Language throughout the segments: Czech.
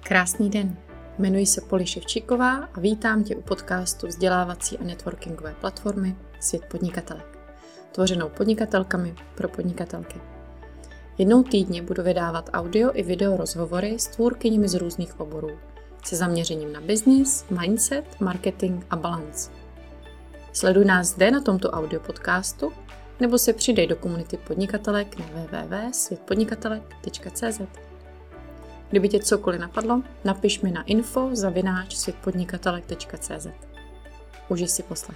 Krásný den, jmenuji se Poli Ševčíková a vítám tě u podcastu vzdělávací a networkingové platformy Svět podnikatelek, tvořenou podnikatelkami pro podnikatelky. Jednou týdně budu vydávat audio i video rozhovory s tvůrkyněmi z různých oborů, se zaměřením na business, mindset, marketing a balance. Sleduj nás zde na tomto audio podcastu nebo se přidej do komunity podnikatelek na www.světpodnikatelek.cz. Kdyby tě cokoliv napadlo, napiš mi na info@světpodnikatelek.cz. Užij si poslech.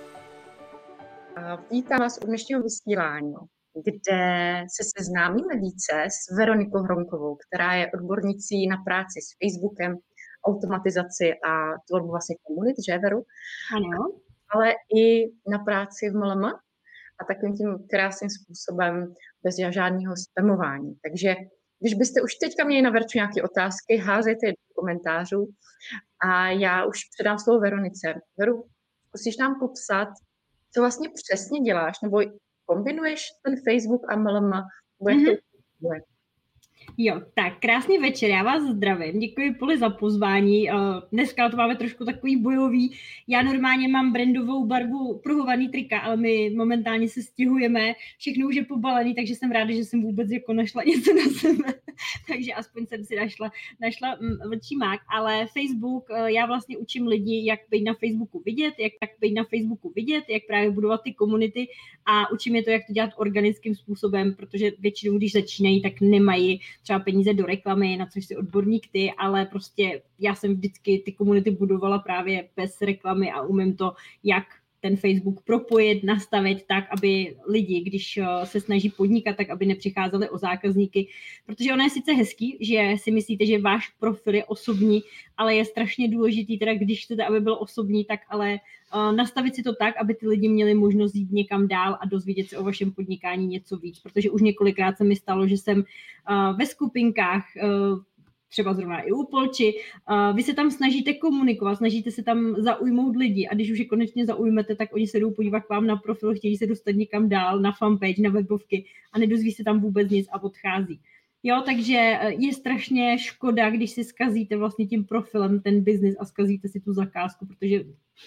Vítám vás u dnešního vysílání, kde se seznámíme více s Veronikou Hronkovou, která je odbornicí na práci s Facebookem, automatizaci a tvorbu vlastně komunit, že Veru? Ano. Ale i na práci v MLM a takovým tím krásným způsobem bez žádného spamování. Takže když byste už teďka měli na Verču nějaké otázky, házejte je do komentářů a já už předám slovo Veronice. Veru, zkusíš nám popsat, co vlastně přesně děláš, nebo kombinuješ ten Facebook a MLM, nebo jak to funguje? Jo, tak krásný večer, já vás zdravím, děkuji Poli za pozvání, dneska to máme trošku takový bojový, já normálně mám brandovou barvu pruhovaný trika, ale my momentálně se stěhujeme, všechno už je pobalený, takže jsem ráda, že jsem vůbec jako našla něco na sebe, takže aspoň jsem si našla vlčí mák, ale Facebook, já vlastně učím lidi, jak být na Facebooku vidět, jak právě budovat ty komunity a učím je to, jak to dělat organickým způsobem, protože většinou, když začínají, tak nemají třeba peníze do reklamy, na což jsi odborník ty, ale prostě já jsem vždycky ty komunity budovala právě bez reklamy a umím to, jak ten Facebook propojit, nastavit tak, aby lidi, když se snaží podnikat, tak aby nepřicházeli o zákazníky, protože ono je sice hezký, že si myslíte, že váš profil je osobní, ale je strašně důležitý, teda když chcete, aby byl osobní, tak ale nastavit si to tak, aby ty lidi měli možnost jít někam dál a dozvědět se o vašem podnikání něco víc, protože už několikrát se mi stalo, že jsem ve skupinkách, třeba zrovna i u Polči, vy se tam snažíte komunikovat, snažíte se tam zaujmout lidi a když už je konečně zaujmete, tak oni se jdou podívat k vám na profil, chtějí se dostat někam dál, na fanpage, na webovky a nedozví se tam vůbec nic a odchází. Jo, takže je strašně škoda, když si zkazíte vlastně tím profilem ten biznis a zkazíte si tu zakázku, protože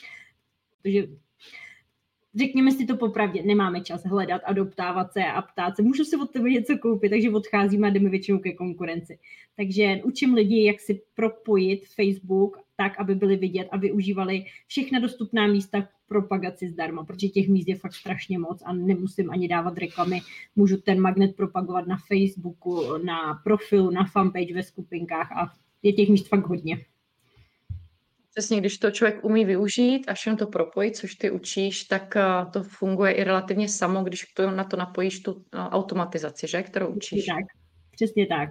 řekněme si to popravdě, nemáme čas hledat a doptávat se a ptát se, můžu si od tebe něco koupit, takže odcházíme a jdeme většinou ke konkurenci. Takže učím lidi, jak si propojit Facebook tak, aby byli vidět a využívali všechna dostupná místa k propagaci zdarma, protože těch míst je fakt strašně moc a nemusím ani dávat reklamy. Můžu ten magnet propagovat na Facebooku, na profilu, na fanpage, ve skupinkách a je těch míst fakt hodně. Přesně, když to člověk umí využít a všem to propojit, což ty učíš, tak to funguje i relativně samo, když na to napojíš tu automatizaci, že, kterou učíš. Přesně tak.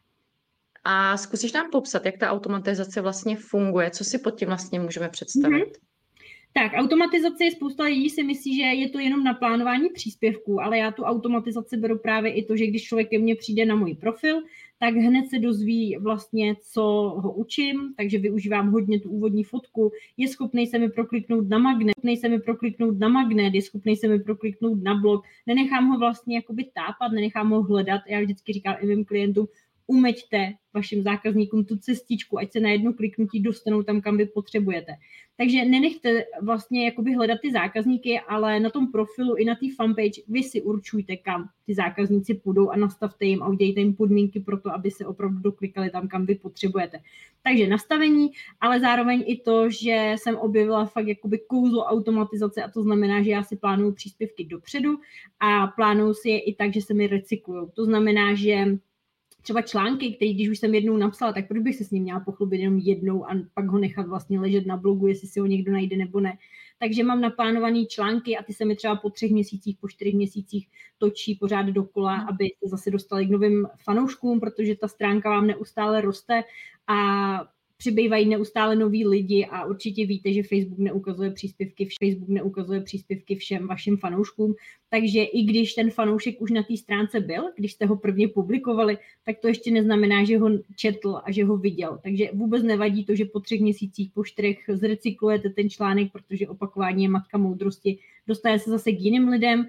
A zkusíš nám popsat, jak ta automatizace vlastně funguje, co si pod tím vlastně můžeme představit? Tak, automatizace je spousta lidí si myslí, že je to jenom na plánování příspěvků, ale já tu automatizaci beru právě i to, že když člověk ke mně přijde na můj profil, tak hned se dozví vlastně, co ho učím, takže využívám hodně tu úvodní fotku, je schopný se mi prokliknout na magnet, je schopný se mi prokliknout na blog, nenechám ho vlastně jakoby tápat, nenechám ho hledat, já vždycky říkám i mým klientům, umeďte vašim zákazníkům tu cestičku, ať se na jedno kliknutí dostanou tam, kam vy potřebujete. Takže nenechte vlastně jakoby hledat ty zákazníky, ale na tom profilu i na té fanpage vy si určujte, kam ty zákazníci půjdou a nastavte jim a udějte jim podmínky pro to, aby se opravdu doklikali tam, kam vy potřebujete. Takže nastavení, ale zároveň i to, že jsem objevila fakt jakoby kouzlo automatizace a to znamená, že já si plánuju příspěvky dopředu a plánuju si je i tak, že se mi recyklujou. To znamená, že třeba články, který když už jsem jednou napsala, tak proč bych se s ním měla pochlubit jenom jednou a pak ho nechat vlastně ležet na blogu, jestli si ho někdo najde nebo ne. Takže mám naplánované články a ty se mi třeba po 3 měsících, po 4 měsících točí pořád dokola, aby se zase dostali k novým fanouškům, protože ta stránka vám neustále roste a přibývají neustále noví lidi a určitě víte, že Facebook neukazuje příspěvky všem vašim fanouškům, takže i když ten fanoušek už na té stránce byl, když jste ho prvně publikovali, tak to ještě neznamená, že ho četl a že ho viděl. Takže vůbec nevadí to, že po 3 měsících, po 4 zrecyklujete ten článek, protože opakování je matka moudrosti, dostane se zase k jiným lidem,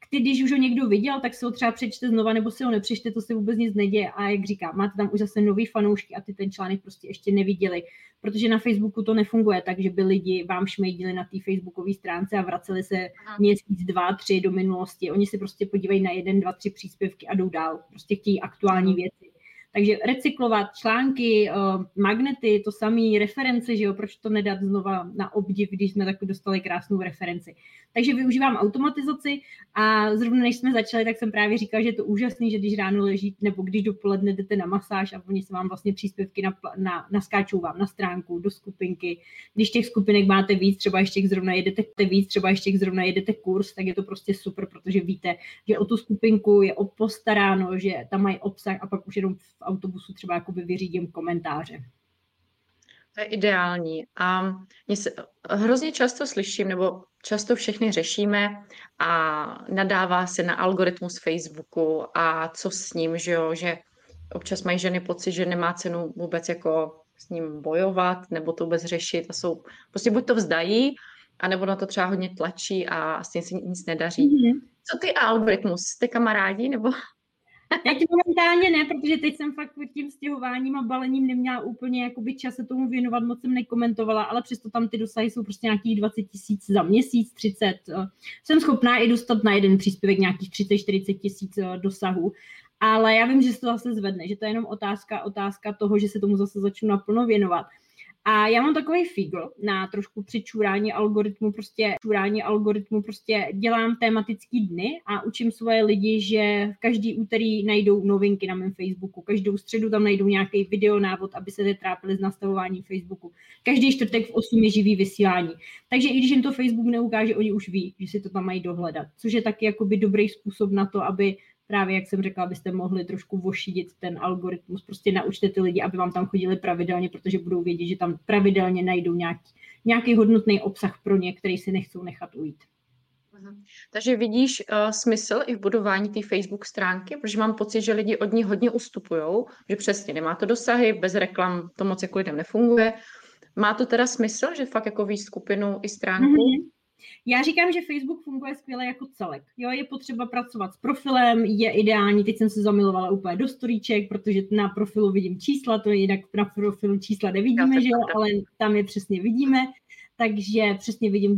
když už ho někdo viděl, tak se ho třeba přečte znova, nebo si ho nepřečte, to se vůbec nic neděje. A jak říkám, máte tam už zase nový fanoušky a ty ten článek prostě ještě neviděli, protože na Facebooku to nefunguje tak, že by lidi vám šmejdili na té facebookové stránce a vraceli se měsíc, 2, 3 do minulosti. Oni si prostě podívají na 1, 2, 3 příspěvky a jdou dál. Prostě chtějí aktuální věci. Takže recyklovat články, magnety, to samé reference, že jo, proč to nedat znova na obdiv, když jsme taky dostali krásnou referenci. Takže využívám automatizaci a zrovna než jsme začali, tak jsem právě říkala, že je to úžasný, že když ráno ležíte, nebo když dopoledne jdete na masáž a oni se vám vlastně příspěvky naskáčou vám na stránku, do skupinky. Když těch skupinek máte víc, třeba ještě zrovna jedete kurz, tak je to prostě super, protože víte, že o tu skupinku je postaráno, že tam mají obsah a pak už jenom v autobusu třeba jakoby vyřídím komentáře. To je ideální. A hrozně často slyším, nebo často všechny řešíme a nadává se na algoritmus Facebooku a co s ním, že jo, že občas mají ženy pocit, že nemá cenu vůbec jako s ním bojovat nebo to vůbec řešit a jsou, prostě buď to vzdají, anebo na to třeba hodně tlačí a s tím si nic nedaří. Mm-hmm. Co ty algoritmus? Jste kamarádi nebo... Já ti momentálně ne, protože teď jsem fakt tím stěhováním a balením neměla úplně jakoby čas se tomu věnovat, moc jsem nekomentovala, ale přesto tam ty dosahy jsou prostě nějakých 20 000 za měsíc, 30. Jsem schopná i dostat na jeden příspěvek nějakých 30-40 000 dosahů, ale já vím, že se to zase zvedne, že to je jenom otázka toho, že se tomu zase začnu naplno věnovat. A já mám takový fígl na trošku přičůrání algoritmu, prostě dělám tematický dny a učím svoje lidi, že v každý úterý najdou novinky na mém Facebooku, každou středu tam najdou nějaký videonávod, aby se netrápili s nastavováním Facebooku. Každý čtvrtek v 8 je živý vysílání. Takže i když jim to Facebook neukáže, oni už ví, že si to tam mají dohledat, což je taky jakoby dobrý způsob na to, aby právě, jak jsem řekla, abyste mohli trošku vošidit ten algoritmus. Prostě naučte ty lidi, aby vám tam chodili pravidelně, protože budou vědět, že tam pravidelně najdou nějaký hodnotný obsah pro ně, který si nechcou nechat ujít. Takže vidíš smysl i v budování té Facebook stránky, protože mám pocit, že lidi od ní hodně ustupujou, že přesně nemá to dosahy, bez reklam to moc jako lidem nefunguje. Má to teda smysl, že fakt jako víc skupinu i stránku? Mm-hmm. Já říkám, že Facebook funguje skvěle jako celek. Jo, je potřeba pracovat s profilem, je ideální, teď jsem se zamilovala úplně do storíček, protože na profilu vidím čísla, to je jinak na profilu čísla nevidíme, že jo, ale tam je přesně vidíme, takže přesně vidím,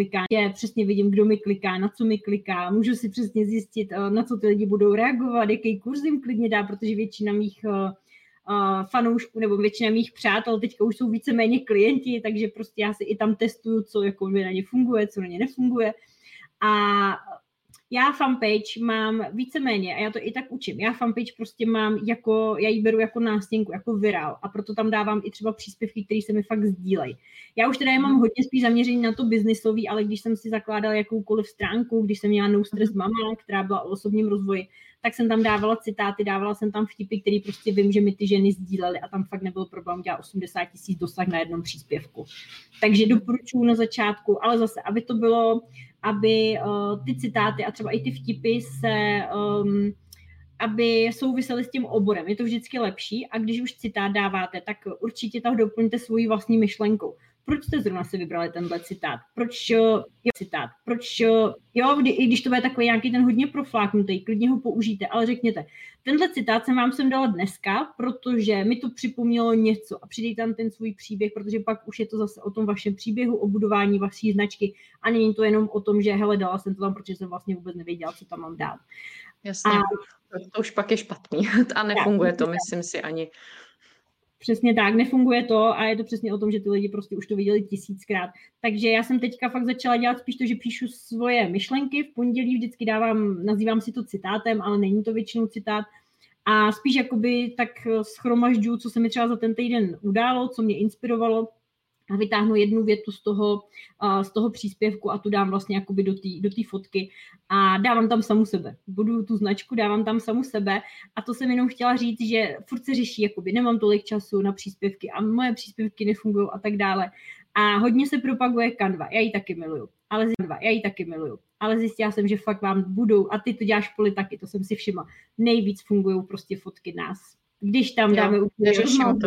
kdo mi kliká, na co mi kliká, můžu si přesně zjistit, na co ty lidi budou reagovat, jaký kurz jim klidně dá, protože většina mých fanoušků nebo většina mých přátel teďka už jsou víceméně klienti, takže prostě já si i tam testuju, co jako mi na ně funguje, co na ně nefunguje. A já fanpage mám víceméně, a já to i tak učím, já fanpage prostě mám já ji beru jako nástěnku, jako virál a proto tam dávám i třeba příspěvky, které se mi fakt sdílejí. Já už teda mám hodně spíš zaměření na to biznisový, ale když jsem si zakládala jakoukoliv stránku, když jsem měla No Stress Mama, která byla o osobním rozvoji, tak jsem tam dávala citáty, dávala jsem tam vtipy, který prostě vím, že mi ty ženy sdílely a tam fakt nebyl problém dělat 80 000 dosah na jednom příspěvku. Takže doporučuji na začátku, ale zase, aby to bylo, aby ty citáty a třeba i ty vtipy aby souvisely s tím oborem. Je to vždycky lepší a když už citát dáváte, tak určitě tak doplňte svojí vlastní myšlenkou. Proč jste zrovna si vybrali tenhle citát? I když to bude takový nějaký ten hodně profláknutý, klidně ho použijte, ale řekněte, tenhle citát jsem vám sem dala dneska, protože mi to připomnělo něco a přidejte tam ten svůj příběh, protože pak už je to zase o tom vašem příběhu, o budování vaší značky a není to jenom o tom, že hele, dala jsem to tam, protože jsem vlastně vůbec nevěděla, co tam mám dát. Jasně, to už pak je špatný a nefunguje to, myslím si ani. Přesně tak, nefunguje to a je to přesně o tom, že ty lidi prostě už to viděli 1000krát. Takže já jsem teďka fakt začala dělat spíš to, že píšu svoje myšlenky, v pondělí vždycky nazývám si to citátem, ale není to většinou citát a spíš jakoby tak shromažďuju, co se mi třeba za ten týden událo, co mě inspirovalo a vytáhnu jednu větu z toho příspěvku a tu dám vlastně jakoby do té fotky a dávám tam samu sebe. Budu tu značku, dávám tam samu sebe a to jsem jenom chtěla říct, že furt se řeší, jakoby nemám tolik času na příspěvky a moje příspěvky nefungují a tak dále. A hodně se propaguje Canva, já ji taky miluju. Ale zjistila jsem, že fakt vám budou, a ty to děláš Poli taky, to jsem si všimla, nejvíc fungují prostě fotky nás. Když tam dáme úplně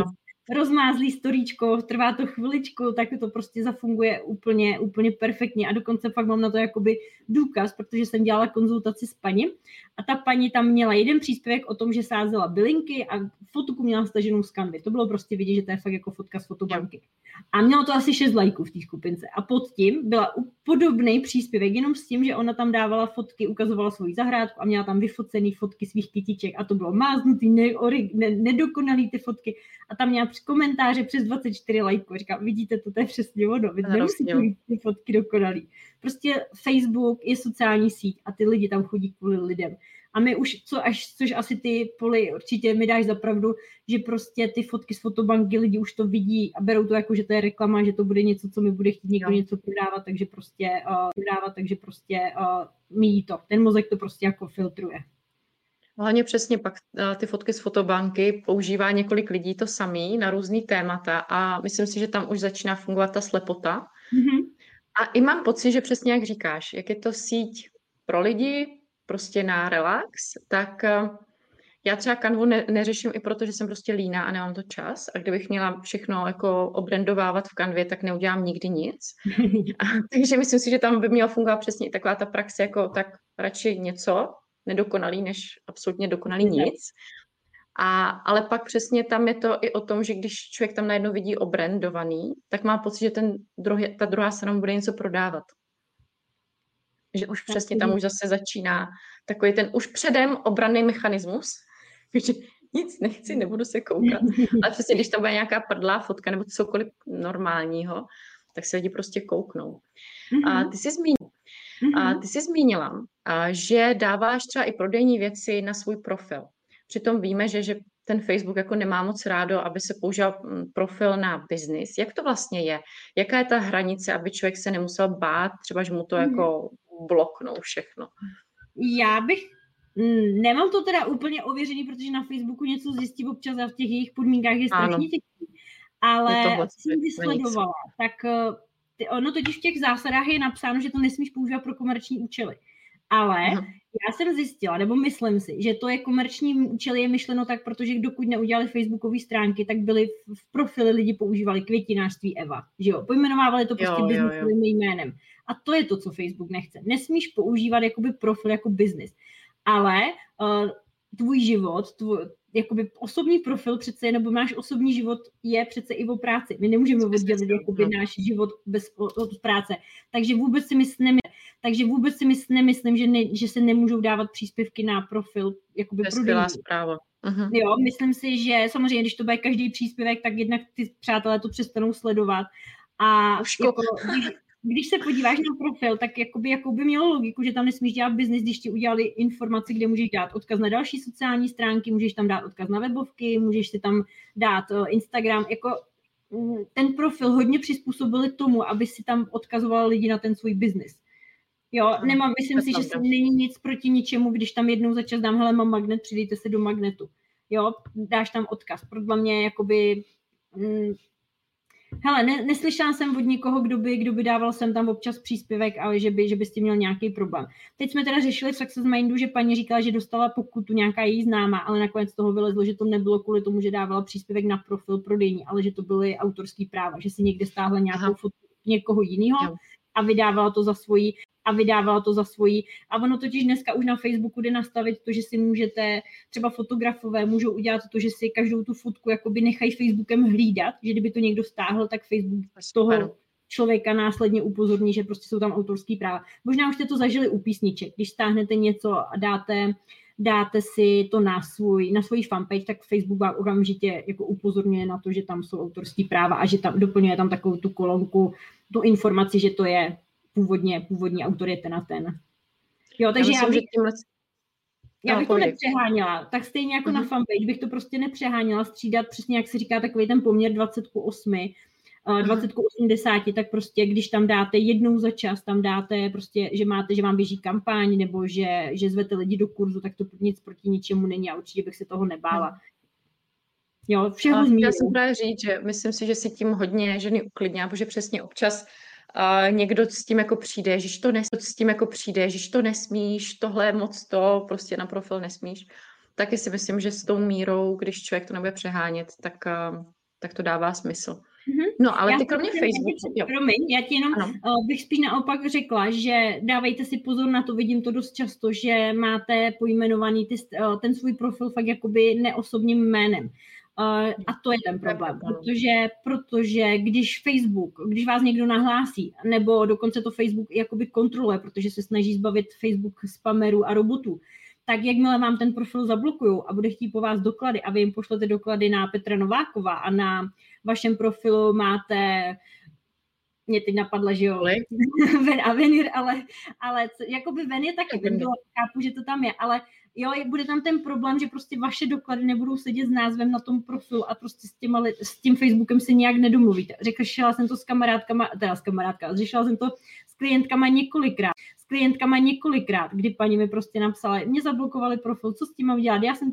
rozmázlý storíčko, trvá to chviličku, tak to prostě zafunguje úplně perfektně a dokonce fakt mám na to jakoby důkaz, protože jsem dělala konzultaci s paní a ta paní tam měla jeden příspěvek o tom, že sázela bylinky a fotku měla staženou z Canvy. To bylo prostě vidět, že to je fakt jako fotka z fotobanky. A mělo to asi 6 lajků v té skupince a pod tím byla podobný příspěvek, jenom s tím, že ona tam dávala fotky, ukazovala svoji zahrádku a měla tam vyfocený fotky svých kytiček a to bylo máznutý, nedokonalý ty fotky a tam měla komentáře přes 24 lajků. Říkám, vidíte, to je přesně ono, vy nemusíte mít ty fotky dokonalý. Prostě Facebook je sociální síť a ty lidi tam chodí kvůli lidem. A my už, což asi ty Poli určitě mi dáš za pravdu, že prostě ty fotky z fotobanky lidi už to vidí a berou to jako, že to je reklama, že to bude něco, co mi bude chtít někdo něco prodávat, takže prostě míjí to. Ten mozek to prostě jako filtruje. Hlavně přesně pak ty fotky z fotobanky používá několik lidí to samý na různý témata a myslím si, že tam už začíná fungovat ta slepota. Mm-hmm. A i mám pocit, že přesně jak říkáš, jak je to síť pro lidi, prostě na relax, tak já třeba Canvu neřeším i proto, že jsem prostě líná a nemám to čas a kdybych měla všechno jako obrandovávat v Canvě, tak neudělám nikdy nic. Takže myslím si, že tam by měla fungovat přesně i taková ta praxe, jako tak radši něco nedokonalý, než absolutně dokonalý nic. Ale pak přesně tam je to i o tom, že když člověk tam najednou vidí obrandovaný, tak má pocit, že ta druhá strana bude něco prodávat. Že už přesně tam už zase začíná takový ten už předem obranný mechanismus, že nic nechci, nebudu se koukat. Ale přesně, když tam bude nějaká prdlá fotka nebo cokoliv normálního, tak se lidi prostě kouknou. A ty jsi zmínila, že dáváš třeba i prodejní věci na svůj profil. Přitom víme, že ten Facebook jako nemá moc rádo, aby se používal profil na biznis. Jak to vlastně je? Jaká je ta hranice, aby člověk se nemusel bát, třeba, že mu to jako bloknou všechno? Nemám to teda úplně ověřený, protože na Facebooku něco zjistí občas a v těch jejich podmínkách je strašně těžké. Ale jsem vysledovala, tak ono totiž v těch zásadách je napsáno, že to nesmíš používat pro komerční účely. Ale já jsem zjistila, nebo myslím si, že to je komerční účel je myšleno tak, protože dokud neudělali facebookové stránky, tak byly v profily lidi používali květinářství Eva, že jo, pojmenovávali to prostě biznesovým jménem. A to je to, co Facebook nechce. Nesmíš používat jakoby profil jako biznis. Ale tvůj život, jakoby osobní profil přece, nebo náš osobní život je přece i o práci. My nemůžeme oddělit jakoby náš život od práce. Takže vůbec si nemyslím, že se nemůžou dávat příspěvky na profil jakoby pro skvělá zpráva. Jo, myslím si, že samozřejmě, když to bude každý příspěvek, tak jednak ty přátelé to přestanou sledovat. A jako, když se podíváš na profil, tak jakoby mělo logiku, že tam nesmíš dělat biznis, když ti udělali informaci, kde můžeš dát odkaz na další sociální stránky, můžeš tam dát odkaz na webovky, můžeš si tam dát Instagram. Jako ten profil hodně přizpůsobili tomu, aby si tam odkazoval lidi na ten svůj biznis. Jo, myslím si, že není nic proti ničemu, když tam jednou za čas dám, hele, mám magnet, přidejte se do magnetu. Jo, dáš tam odkaz. Podle mě jakoby... Hele, neslyšela jsem od nikoho, kdo by dával sem tam občas příspěvek, ale že by s tím měl nějaký problém. Teď jsme teda řešili v Success Mindu, že paní říkala, že dostala pokutu nějaká její známá, ale nakonec toho vylezlo, že to nebylo kvůli tomu, že dávala příspěvek na profil prodejní, ale že to byly autorský práva, že si někde stáhla nějakou fotku někoho jiného a vydávala to za svoji. A ono totiž dneska už na Facebooku jde nastavit to, že si můžete, třeba fotografové můžou udělat to, že si každou tu fotku jakoby nechají Facebookem hlídat, že kdyby to někdo stáhl, tak Facebook toho člověka následně upozorní, že prostě jsou tam autorský práva. Možná už jste to zažili u písniček, když stáhnete něco a dáte si to na svůj fanpage, tak Facebook vám okamžitě jako upozorňuje na to, že tam jsou autorský práva a že tam doplňuje tam takovou tu kolonku, tu informaci, že to je původní autor je ten. Jo, takže já bych to nepřeháněla. Tak stejně jako na fanpage bych to prostě nepřeháněla střídat, přesně jak se říká, takový ten poměr 20:8, 20:80, tak prostě když tam dáte jednou za čas, tam dáte prostě, že vám běží kampaň nebo že zvete lidi do kurzu, tak to nic proti ničemu není a určitě bych se toho nebála. Jo, všeho zmíním. Já jsem právě říct, že myslím si, že si tím hodně ženy uklidňá, protože přesně občas někdo s tím jako přijde, že to nesmíš, tohle moc to, prostě na profil nesmíš. Taky si myslím, že s tou mírou, když člověk to nebude přehánět, tak tak to dává smysl. No, ale ty kromě Facebooku... Promiň, já ti jenom bych spíš naopak řekla, že dávejte si pozor na to, vidím to dost často, že máte pojmenovaný ten svůj profil fakt jakoby neosobním jménem. A to je ten problém, protože když vás někdo nahlásí, nebo dokonce to Facebook jakoby kontroluje, protože se snaží zbavit Facebook spamerů a robotů, tak jakmile vám ten profil zablokujou a bude chtít po vás doklady a vy jim pošlete doklady na Petra Nováková a na vašem profilu máte, mě teď napadla, že jo, Avenir, ale jakoby Ven je taky, chápu, že to tam je, ale jo, bude tam ten problém, že prostě vaše doklady nebudou sedět s názvem na tom profilu a prostě s tím Facebookem se nějak nedomluvíte. Řešila jsem to řešila jsem to s klientkama několikrát, kdy paní mi prostě napsala, mě zablokovali profil, co s tím mám dělat, já jsem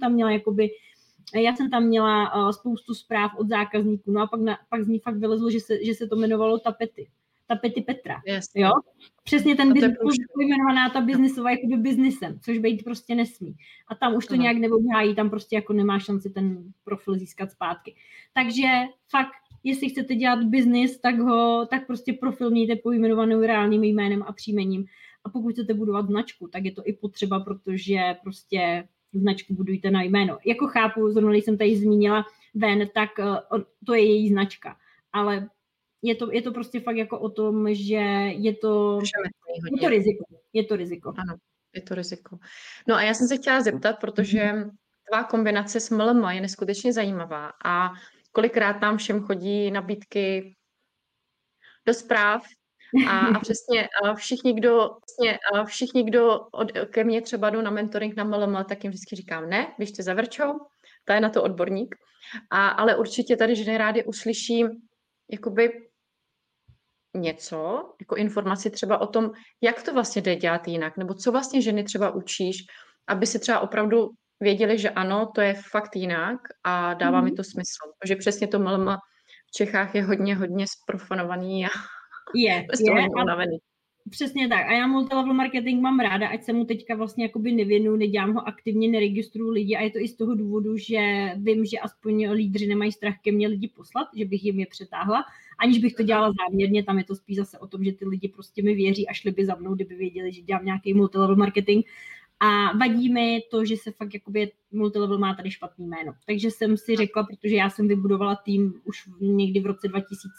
tam měla spoustu zpráv od zákazníků, no a pak z ní fakt vylezlo, že se to jmenovalo Tapety Petra, jo? Přesně ten pojmenovaná ta biznisová jakoby biznisem, což být prostě nesmí. A tam už to nějak neobhájí, tam prostě jako nemá šanci ten profil získat zpátky. Takže fakt, jestli chcete dělat biznis, tak prostě profil mějte pojmenovanou reálným jménem a příjmením. A pokud chcete budovat značku, tak je to i potřeba, protože prostě značku budujte na jméno. Jako chápu, zrovna když jsem tady zmínila Ven, tak to je její značka. Ale je to prostě fakt jako o tom, že je to riziko. Je to riziko. Ano, je to riziko. No a já jsem se chtěla zeptat, protože tvá kombinace s MLM je neskutečně zajímavá a kolikrát nám všem chodí nabídky do zpráv a přesně všichni, kdo ke mně třeba jdou na mentoring na MLM, tak jim vždycky říkám, ne, běžte za Verčou, ta je na to odborník, ale určitě tady ženy rády uslyší jakoby něco, jako informaci třeba o tom, jak to vlastně jde dělat jinak, nebo co vlastně ženy třeba učíš, aby si třeba opravdu věděli, že ano, to je fakt jinak a dává mi to smysl. Protože přesně to MLM v Čechách je hodně zprofanovaný a je unavený. Přesně tak. A já multilevel marketing mám ráda, ať se mu teďka vlastně jakoby nevěnu, nedělám ho aktivně, neregistruju lidi a je to i z toho důvodu, že vím, že aspoň lídři nemají strach ke mně lidi poslat, že bych jim je přetáhla, aniž bych to dělala záměrně, tam je to spíš zase o tom, že ty lidi prostě mi věří a šli by za mnou, kdyby věděli, že dělám nějaký multilevel marketing. A vadí mi to, že se fakt jakoby multilevel má tady špatný jméno. Takže jsem si řekla, protože já jsem vybudovala tým už někdy v roce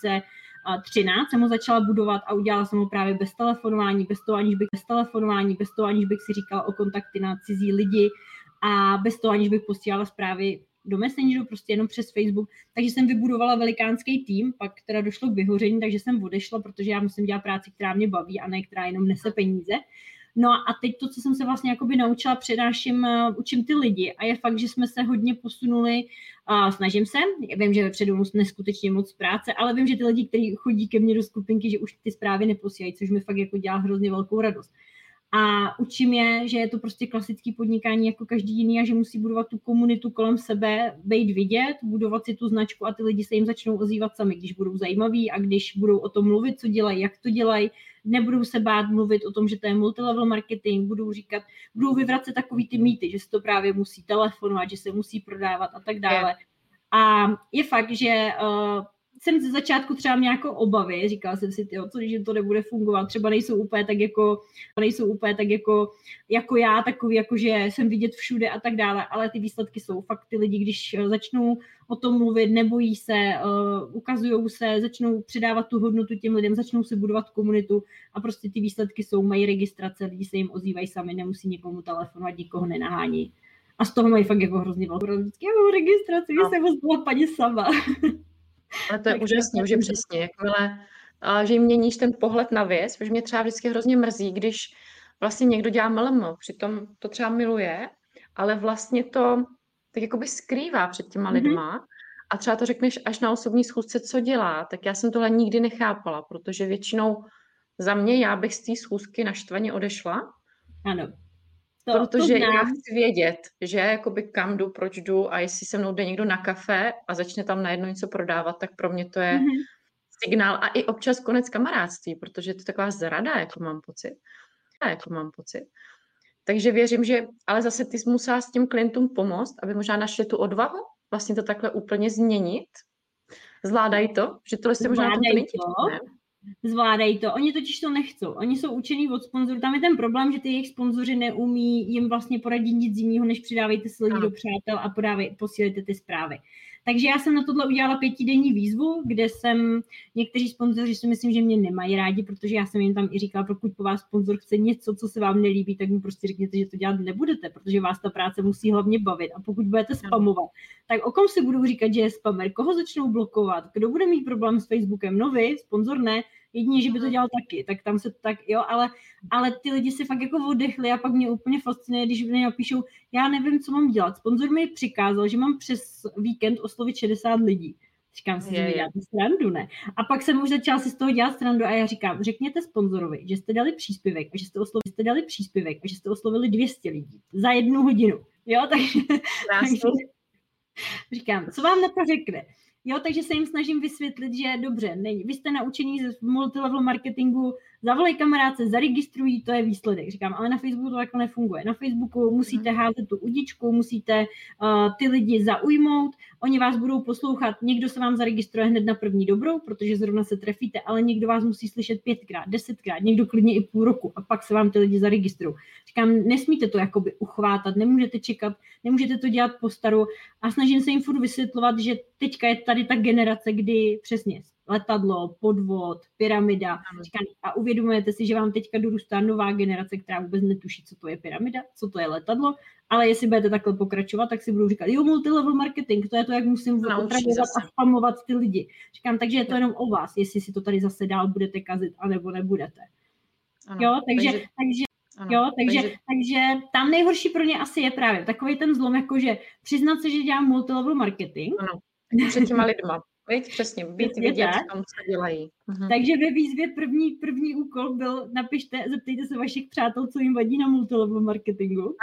2013 jsem ho začala budovat a udělala jsem ho právě bez telefonování, bez toho, aniž bych si říkala o kontakty na cizí lidi a bez toho, aniž bych posílala zprávy do Messengeru, prostě jenom přes Facebook. Takže jsem vybudovala velikánský tým, pak teda došlo k vyhoření, takže jsem odešla, protože já musím dělat práci, která mě baví a ne která jenom nese peníze. No a teď to, co jsem se vlastně jakoby naučila, učím ty lidi a je fakt, že jsme se hodně posunuli, snažím se, vím, že vepředu neskutečně moc práce, ale vím, že ty lidi, kteří chodí ke mně do skupinky, že už ty zprávy neposílají, což mi fakt jako dělá hrozně velkou radost. A učím je, že je to prostě klasický podnikání jako každý jiný a že musí budovat tu komunitu kolem sebe, být vidět, budovat si tu značku a ty lidi se jim začnou ozývat sami, když budou zajímaví a když budou o tom mluvit, co dělají, jak to dělají, nebudou se bát mluvit o tom, že to je multilevel marketing, budou vyvracet takový ty mýty, že se to právě musí telefonovat, že se musí prodávat a tak dále. A je fakt, že jsem ze začátku třeba nějakou obavy, říkala jsem si, co když to nebude fungovat, třeba nejsou úplně tak jako já, takový jako, že jsem vidět všude a tak dále, ale ty výsledky jsou fakt ty lidi, když začnou o tom mluvit, nebojí se, ukazujou se, začnou předávat tu hodnotu těm lidem, začnou si budovat komunitu a prostě ty výsledky jsou, mají registrace, lidi se jim ozývají sami, nemusí někomu telefonovat, nikoho nenahání. A z toho mají fakt jako hrozně velkou vždycky, registraci, že jsem ozvala paní sama. Ale to je úžasné, že přesně, jakmile, že jim měníš ten pohled na věc, protože mě třeba vždycky hrozně mrzí, když vlastně někdo dělá MLM, přitom to třeba miluje, ale vlastně to tak jakoby skrývá před těma lidma a třeba to řekneš až na osobní schůzce, co dělá, tak já jsem tohle nikdy nechápala, protože většinou za mě, já bych z té schůzky naštvaně odešla. Ano. Protože já chci vědět, že jakoby kam jdu, proč jdu a jestli se mnou jde někdo na kafe a začne tam najednou něco prodávat, tak pro mě to je signál a i občas konec kamarádství, protože je to taková zrada, jako mám pocit. Takže věřím, že ale zase ty jsi musela s tím klientům pomoct, aby možná našli tu odvahu vlastně to takhle úplně změnit. Zvládají to? Že tohle jste možná na tom to nejtěžší, ne? Zvládají to. Oni totiž to nechcou. Oni jsou učení od sponzorů. Tam je ten problém, že ty jejich sponzoři neumí jim vlastně poradit nic jiného, než přidávejte si lidi do přátel a posílejte ty zprávy. Takže já jsem na tohle udělala 5denní výzvu, kde jsem, někteří sponzoři si myslím, že mě nemají rádi, protože já jsem jim tam i říkala, pokud po vás sponzor chce něco, co se vám nelíbí, tak mu prostě řekněte, že to dělat nebudete, protože vás ta práce musí hlavně bavit. A pokud budete spamovat, tak o kom si budou říkat, že je spamer, koho začnou blokovat, kdo bude mít problém s Facebookem, no vy, sponzor ne, jedině, že by to dělal taky, tak tam se tak, jo, ale ty lidi si fakt jako oddechli a pak mě úplně fascinuje, když mě napíšou, já nevím, co mám dělat. Sponzor mi přikázal, že mám přes víkend oslovit 60 lidí. Říkám si, že děláte srandu, ne? A pak jsem už začala si z toho dělat srandu a já říkám, řekněte sponzorovi, že jste dali příspěvek a že jste oslovili 200 lidí za 1 hodinu. Jo, takže říkám, co vám na to řekne? Jo, takže se jim snažím vysvětlit, že dobře, vy jste naučení z multilevel marketingu, zavolej kamarádce, zaregistrují, to je výsledek. Říkám, ale na Facebooku to takhle nefunguje. Na Facebooku musíte házet tu udičku, musíte ty lidi zaujmout, oni vás budou poslouchat, někdo se vám zaregistruje hned na první dobrou, protože zrovna se trefíte, ale někdo vás musí slyšet 5krát, 10krát, někdo klidně i půl roku a pak se vám ty lidi zaregistrují. Říkám, nesmíte to jakoby uchvátat, nemůžete čekat, nemůžete to dělat po staru a snažím se jim furt vysvětlovat, že teďka je tady ta generace, kdy přesně letadlo, podvod, pyramida. Říkám, a uvědomujete si, že vám teďka dorůstá nová generace, která vůbec netuší, co to je pyramida, co to je letadlo, ale jestli budete takhle pokračovat, tak si budou říkat, jo, multilevel marketing, to je to, jak musím opravovat a spamovat ty lidi. Říkám, takže je to jenom o vás, jestli si to tady zase dál budete kazit, anebo nebudete. Ano, jo, takže tam nejhorší pro ně asi je právě takový ten zlom, jakože přiznat se, že dělám multilevel marketing. Ano, před těma lidma. Víte, přesně, být vidět tam, co dělají. Takže ve výzvě první úkol byl, zeptejte se vašich přátel, co jim vadí na multilevel marketingu.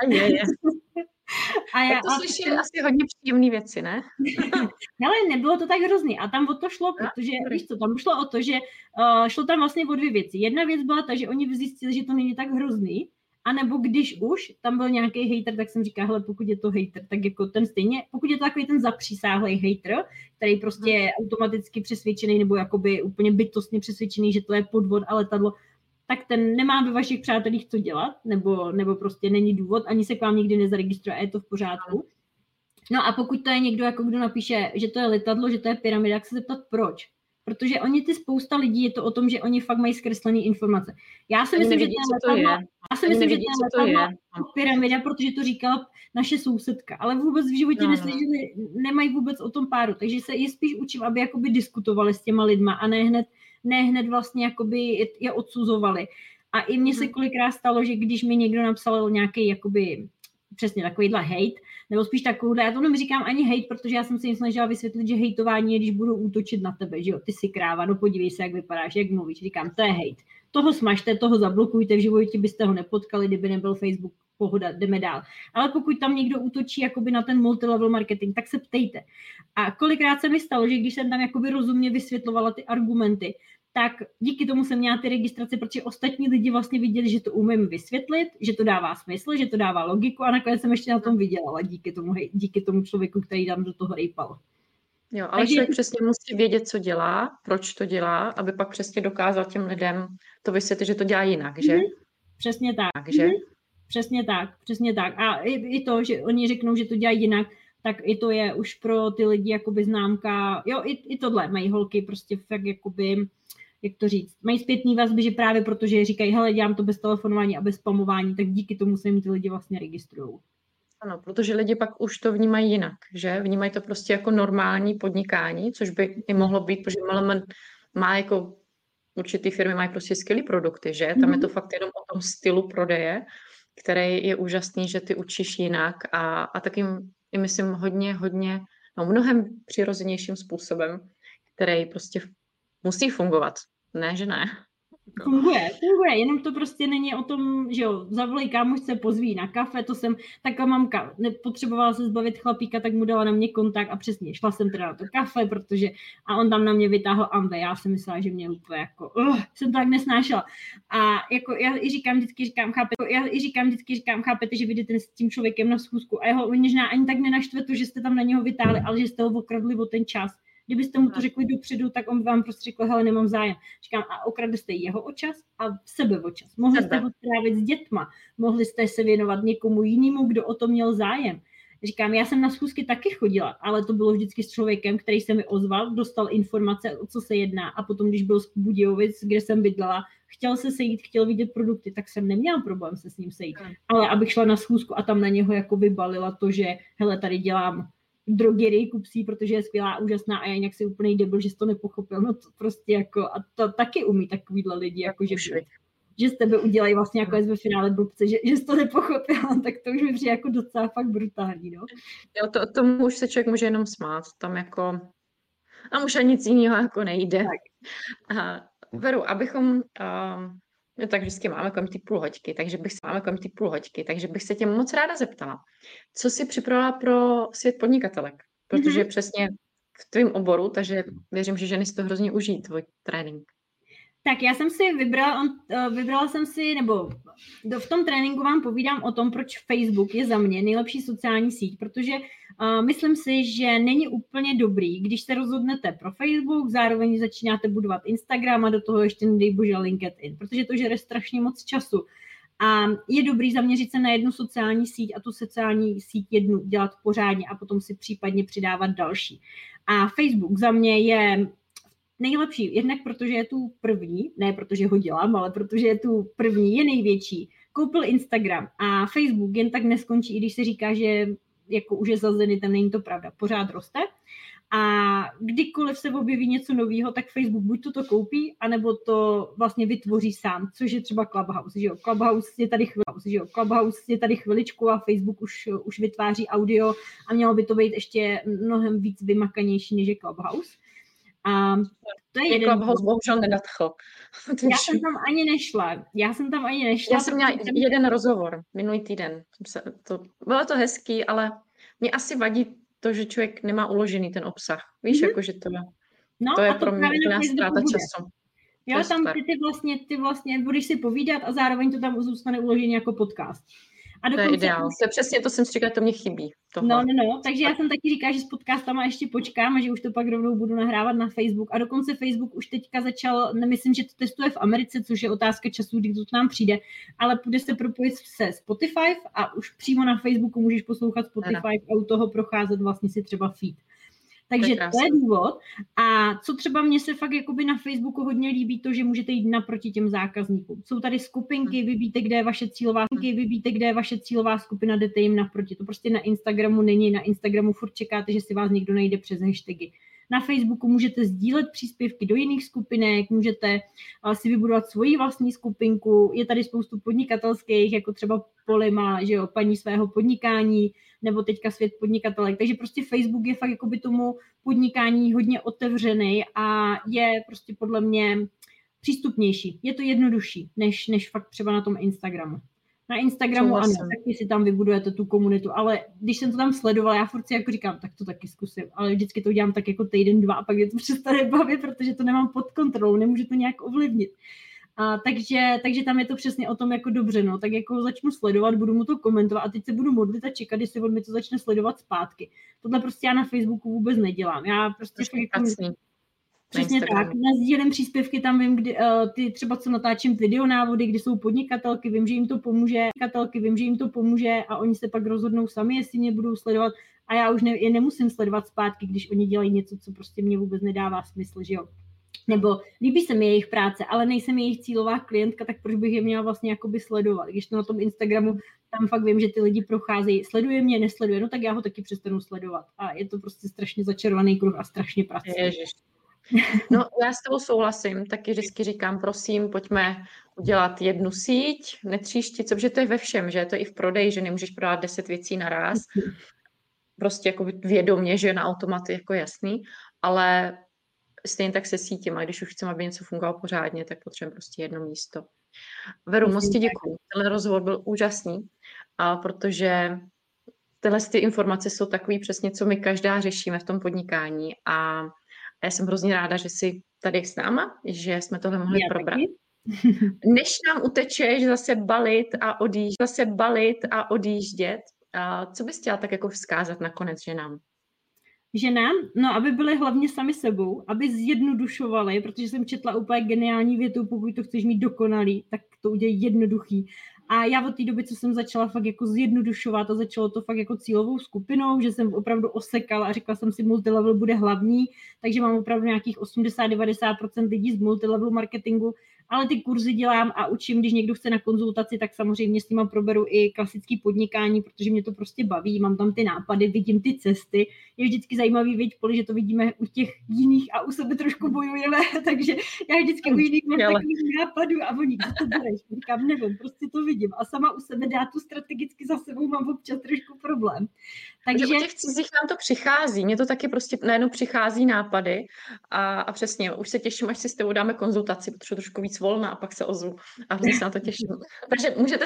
A to slyším asi hodně příjemné věci, ne? Ale nebylo to tak hrozný. A tam o to šlo, protože, víš co, tam šlo o to, že šlo tam vlastně o 2 věci. Jedna věc byla ta, že oni zjistili, že to není tak hrozný, anebo když už tam byl nějaký hejter, tak jsem říkala, hele, pokud je to hejter, tak jako ten stejně, pokud je to takový ten zapřísáhlej hejter, který prostě je automaticky přesvědčený nebo jakoby úplně bytostně přesvědčený, že to je podvod a letadlo, tak ten nemá ve vašich přátelích co dělat, nebo prostě není důvod, ani se k vám nikdy nezaregistruje a je to v pořádku. No a pokud to je někdo, jako kdo napíše, že to je letadlo, že to je pyramida, tak se zeptat proč. Protože spousta lidí je to o tom, že oni fakt mají zkreslené informace. Já si myslím, že to je pyramida, protože to říkala naše sousedka, ale vůbec v životě neslyšeli, nemají vůbec o tom páru, takže se je spíš učím, aby jakoby diskutovali s těma lidma a ne hned vlastně jakoby je odsuzovali. A i mně se kolikrát stalo, že když mi někdo napsal nějaký jakoby přesně takovýhle hejt, nebo spíš takovouhle, já to neříkám ani hejt, protože já jsem se jim snažila vysvětlit, že hejtování je, když budou útočit na tebe, že jo, ty jsi kráva, no podívej se, jak vypadáš, jak mluvíš, říkám, to je hejt. Toho smažte, toho zablokujte, v životě byste ho nepotkali, kdyby nebyl Facebook, pohoda, jdeme dál. Ale pokud tam někdo útočí jakoby na ten multilevel marketing, tak se ptejte. A kolikrát se mi stalo, že když jsem tam jakoby rozumně vysvětlovala ty argumenty, tak díky tomu jsem měla ty registrace, protože ostatní lidi vlastně viděli, že to umím vysvětlit, že to dává smysl, že to dává logiku a nakonec jsem ještě na tom vydělala díky tomu člověku, který tam do toho rejpal. Jo, ale člověk přesně musí vědět, co dělá, proč to dělá, aby pak přesně dokázal těm lidem to vysvětlit, že to dělá jinak, že? Přesně tak. Přesně tak. A i to, že oni řeknou, že to dělají jinak, tak i to je už pro ty lidi jakoby známka. Jo, i tohle mají holky prostě fakt jakoby, jak to říct, mají zpětný vazby, že právě protože říkají, hele, dělám to bez telefonování a bez spamování, tak díky tomu se jim ty lidi vlastně registrují. Ano, protože lidi pak už to vnímají jinak, že? Vnímají to prostě jako normální podnikání, což by i mohlo být, protože MLM má jako určitý firmy mají prostě skvělý produkty, že? Tam je to fakt jenom o tom stylu prodeje, který je úžasný, že ty učíš jinak a takým, i myslím, hodně, mnohem přirozenějším způsobem, který prostě musí fungovat. Ne, že ne. Funguje, jenom to prostě není o tom, že jo, zavolej kámošce, pozví na kafe, to jsem, taková mamka, nepotřebovala se zbavit chlapíka, tak mu dala na mě kontakt a přesně, šla jsem teda na to kafe, protože, a on tam na mě vytáhl ambe, já jsem myslela, že mě úplně jako, jsem to tak nesnášela. A jako já i vždycky říkám, chápete, že vyjdete s tím člověkem na schůzku a jeho možná ani tak nenaštve to, že jste tam na něho vytáhli, ale že jste ho okradli o ten čas. Kdybyste mu to řekli dopředu, tak on vám prostě řekl, hele, nemám zájem. Říkám, a okradli jste jeho o čas a sebe o čas. Mohli jste ho trávit s dětma, mohli jste se věnovat někomu jinému, kdo o to měl zájem. Říkám, já jsem na schůzky taky chodila, ale to bylo vždycky s člověkem, který se mi ozval, dostal informace, o co se jedná, a potom, když byl z Budějovic, kde jsem bydlela, chtěl se sejít, chtěl vidět produkty, tak jsem neměla problém se s ním sejít. Ale abych šla na schůzku a tam na něho jako vybalila to, že hele, tady dělám drogerii kupsí, protože je skvělá, úžasná a já jinak si úplný debil, že jsi to nepochopil, no to prostě jako, a to taky umí takovýhle lidi, jako že z tebe udělají vlastně jako ve finále blbce, že jsi to nepochopila, tak to už mi přijde jako docela fakt brutální, no. Jo, tomu už se člověk může jenom smát, tam jako, a už ani nic jiného jako nejde. Veru, abychom, tak vždycky máme kolem ty půl hoďky, takže bych se tě moc ráda zeptala, co jsi připravila pro svět podnikatelek, protože přesně v tvém oboru, takže věřím, že ženy si to hrozně užijí, tvůj trénink. Tak já jsem si vybrala jsem si, nebo v tom tréninku vám povídám o tom, proč Facebook je za mě nejlepší sociální síť, protože myslím si, že není úplně dobrý, když se rozhodnete pro Facebook, zároveň začínáte budovat Instagram a do toho ještě nedej bože LinkedIn, protože to žere strašně moc času. A je dobrý zaměřit se na jednu sociální síť a tu sociální síť jednu dělat pořádně a potom si případně přidávat další. A Facebook za mě je nejlepší, jednak protože je tu první, ne protože ho dělám, ale protože je tu první, je největší. Koupil Instagram a Facebook jen tak neskončí, i když se říká, že jako už je za zenitem, není to pravda, pořád roste. A kdykoliv se objeví něco nového, tak Facebook buď to koupí, anebo to vlastně vytvoří sám, což je třeba Clubhouse. Že jo? Clubhouse je tady chviličku a Facebook už vytváří audio a mělo by to být ještě mnohem víc vymakanější, než je Clubhouse. A to je jeden. Clubhouse bohužel nenadchl. Já jsem tam ani nešla. Já jsem měla jeden rozhovor minulý týden. Bylo to hezký, ale mě asi vadí to, že člověk nemá uložený ten obsah. Víš, jako, že to je pro mě úplná ztráta času. Jo, tam ty vlastně budeš si povídat a zároveň to tam zůstane uložený jako podcast. A to je ideál. To je přesně, to jsem si říkala, to mě chybí. No, takže já jsem taky říkala, že s podcastama ještě počkám a že už to pak rovnou budu nahrávat na Facebook. A dokonce Facebook už teďka začal, nemyslím, že to testuje v Americe, což je otázka času, kdy to k nám přijde, ale půjde se propojit se Spotify a už přímo na Facebooku můžeš poslouchat Spotify a u toho procházet vlastně si třeba feed. Takže to je důvod. A co třeba mně se fakt jakoby na Facebooku hodně líbí, to, že můžete jít naproti těm zákazníkům. Jsou tady skupinky, vy víte, kde je vaše cílová skupina, jdete jim naproti. To prostě na Instagramu není. Na Instagramu furt čekáte, že si vás někdo najde přes hashtagy. Na Facebooku můžete sdílet příspěvky do jiných skupinek, můžete si vybudovat svoji vlastní skupinku. Je tady spoustu podnikatelských, jako třeba Polima, že jo, paní svého podnikání, nebo teďka svět podnikatelek. Takže prostě Facebook je fakt jakoby tomu podnikání hodně otevřený a je prostě podle mě přístupnější. Je to jednodušší, než fakt třeba na tom Instagramu. Na Instagramu ano, taky si tam vybudujete tu komunitu, ale když jsem to tam sledovala, já furt si jako říkám, tak to taky zkusím, ale vždycky to dělám tak jako týden, dva a pak je to přestane bavit, protože to nemám pod kontrolou, nemůžu to nějak ovlivnit. Takže tam je to přesně o tom jako dobře, no, tak jako začnu sledovat, budu mu to komentovat a teď se budu modlit a čekat, jestli on mi to začne sledovat zpátky. Tohle prostě já na Facebooku vůbec nedělám. Já prostě přesně tak. Na sdílem příspěvky tam vím, kdy, ty třeba co natáčím videonávody, kdy jsou podnikatelky, vím, že jim to pomůže a oni se pak rozhodnou sami, jestli mě budou sledovat a já už je nemusím sledovat zpátky, když oni dělají něco, co prostě mě vůbec nedává smysl, že jo. Nebo líbí se mi jejich práce, ale nejsem jejich cílová klientka, tak proč bych je měla vlastně jakoby sledovat? Když to na tom Instagramu, tam fakt vím, že ty lidi procházejí, sleduje mě, nesleduje, no tak já ho taky přestanu sledovat. A je to prostě strašně začarovaný kruh a strašně pracný. Ježiš. No, já s tebou souhlasím, taky vždycky říkám, prosím, pojďme udělat jednu síť, netříštit, protože to je ve všem, že to je i v prodeji, že nemůžeš prodávat 10 věcí naraz, prostě jako vědomě, že na automaty jako jasný, ale stejně tak se sítěma, když už chceme, aby něco fungovalo pořádně, tak potřebujeme prostě jedno místo. Veru, moc ti děkuju. Tenhle rozhovor byl úžasný, protože tyhle ty informace jsou takový přesně, co my každá řešíme v tom podnikání a já jsem hrozně ráda, že jsi tady s náma, že jsme tohle mohli probrat. Než nám utečeš zase balit a odjíždět, co bys chtěla tak jako vzkázat nakonec ženám? ženám, no aby byly hlavně sami sebou, aby zjednodušovali, protože jsem četla úplně geniální větu, pokud to chceš mít dokonalý, tak to udělej jednoduchý. A já od té doby, co jsem začala fakt jako zjednodušovat a začalo to fakt jako cílovou skupinou, že jsem opravdu osekala a řekla jsem si, multilevel bude hlavní, takže mám opravdu nějakých 80-90% lidí z multilevel marketingu, ale ty kurzy dělám a učím, když někdo chce na konzultaci, tak samozřejmě s nima proberu i klasické podnikání, protože mě to prostě baví, mám tam ty nápady, vidím ty cesty. Je vždycky zajímavý vidět, že to vidíme u těch jiných a u sebe trošku bojujeme, takže já vždycky u jiných mám takových nápadů a oni, co to budeš? Říkám, nevím, prostě to vidím a sama u sebe dát tu strategicky za sebou mám občas trošku problém. Takže u těch cizích nám to přichází, mně to taky prostě najednou přichází nápady a přesně, už se těším, až si s tebou dáme konzultaci, protože trošku víc volna a pak se ozvu a hrozně se na to těším. Takže můžete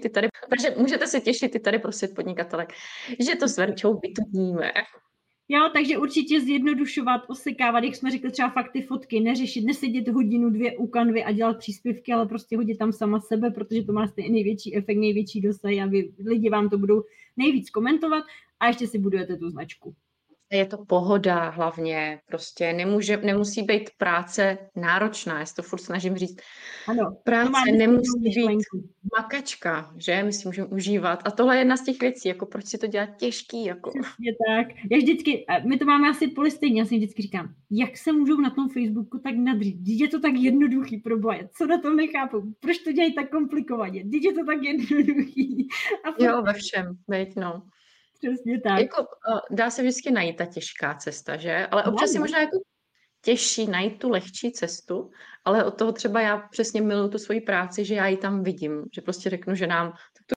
se těšit i tady pro svět podnikatelek, že to s Verčou vytudníme. Jo, takže určitě zjednodušovat, osekávat, jak jsme řekli, třeba fakt ty fotky, neřešit, nesedět hodinu, 2 u Canvy a dělat příspěvky, ale prostě hodit tam sama sebe, protože to má největší efekt, největší dosah a lidi vám to budou nejvíc komentovat a ještě si budujete tu značku. Je to pohoda hlavně, prostě nemusí být práce náročná, já si to furt snažím říct. Ano, práce nemusí být makačka, že my si můžeme užívat. A tohle je jedna z těch věcí, jako proč si to dělat těžký. Jako. Přesně tak. Já vždycky, my to máme asi polystejně, já si vždycky říkám, jak se můžou na tom Facebooku tak nadřít, když je to tak jednoduchý pro boje, co na tom nechápu, proč to dělají tak komplikovaně, když je to tak jednoduchý. Jo, ve všem, veď no. Přesně tak. Jako, dá se vždycky najít ta těžká cesta, že? Ale občas je možná jako těžší najít tu lehčí cestu, ale od toho třeba já přesně miluji tu svoji práci, že já ji tam vidím, že prostě řeknu ženám,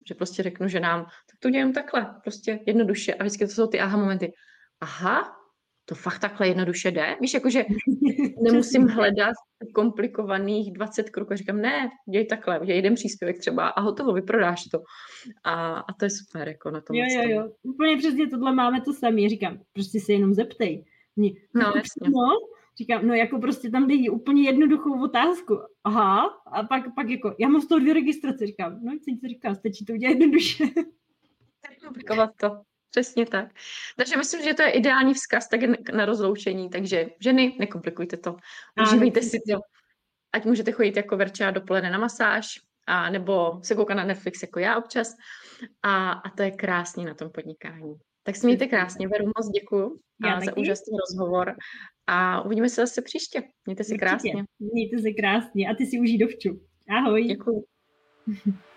tak to dělám takhle, prostě jednoduše a vždycky to jsou ty aha momenty. Aha, to fakt takhle jednoduše jde? Víš, jakože nemusím hledat komplikovaných 20 kroků. Říkám, ne, děj takhle, děj jeden příspěvek třeba a hotovo, vyprodáš to. A to je super, jako na tom. Jo, úplně přesně tohle máme to samé. Říkám, prostě se jenom zeptej. No, jasně. Říkám, no jako prostě tam dej úplně jednoduchou otázku. Aha, a pak jako, já mám z toho 2 registrace. Říkám, no co ti říká, stačí to udělat jednoduše. Komplikovat to. Přesně tak. Takže myslím, že to je ideální vzkaz tak na rozloučení, takže ženy, nekomplikujte to. Užívejte si to. Ať můžete chodit jako Verča dopoledne na masáž, a nebo se koukat na Netflix jako já občas. A to je krásný na tom podnikání. Tak se mějte krásně, Veru, moc děkuju za úžasný rozhovor a uvidíme se zase příště. Mějte si krásně. Mějte se krásně a ty si užij dovču. Ahoj. Děkuju.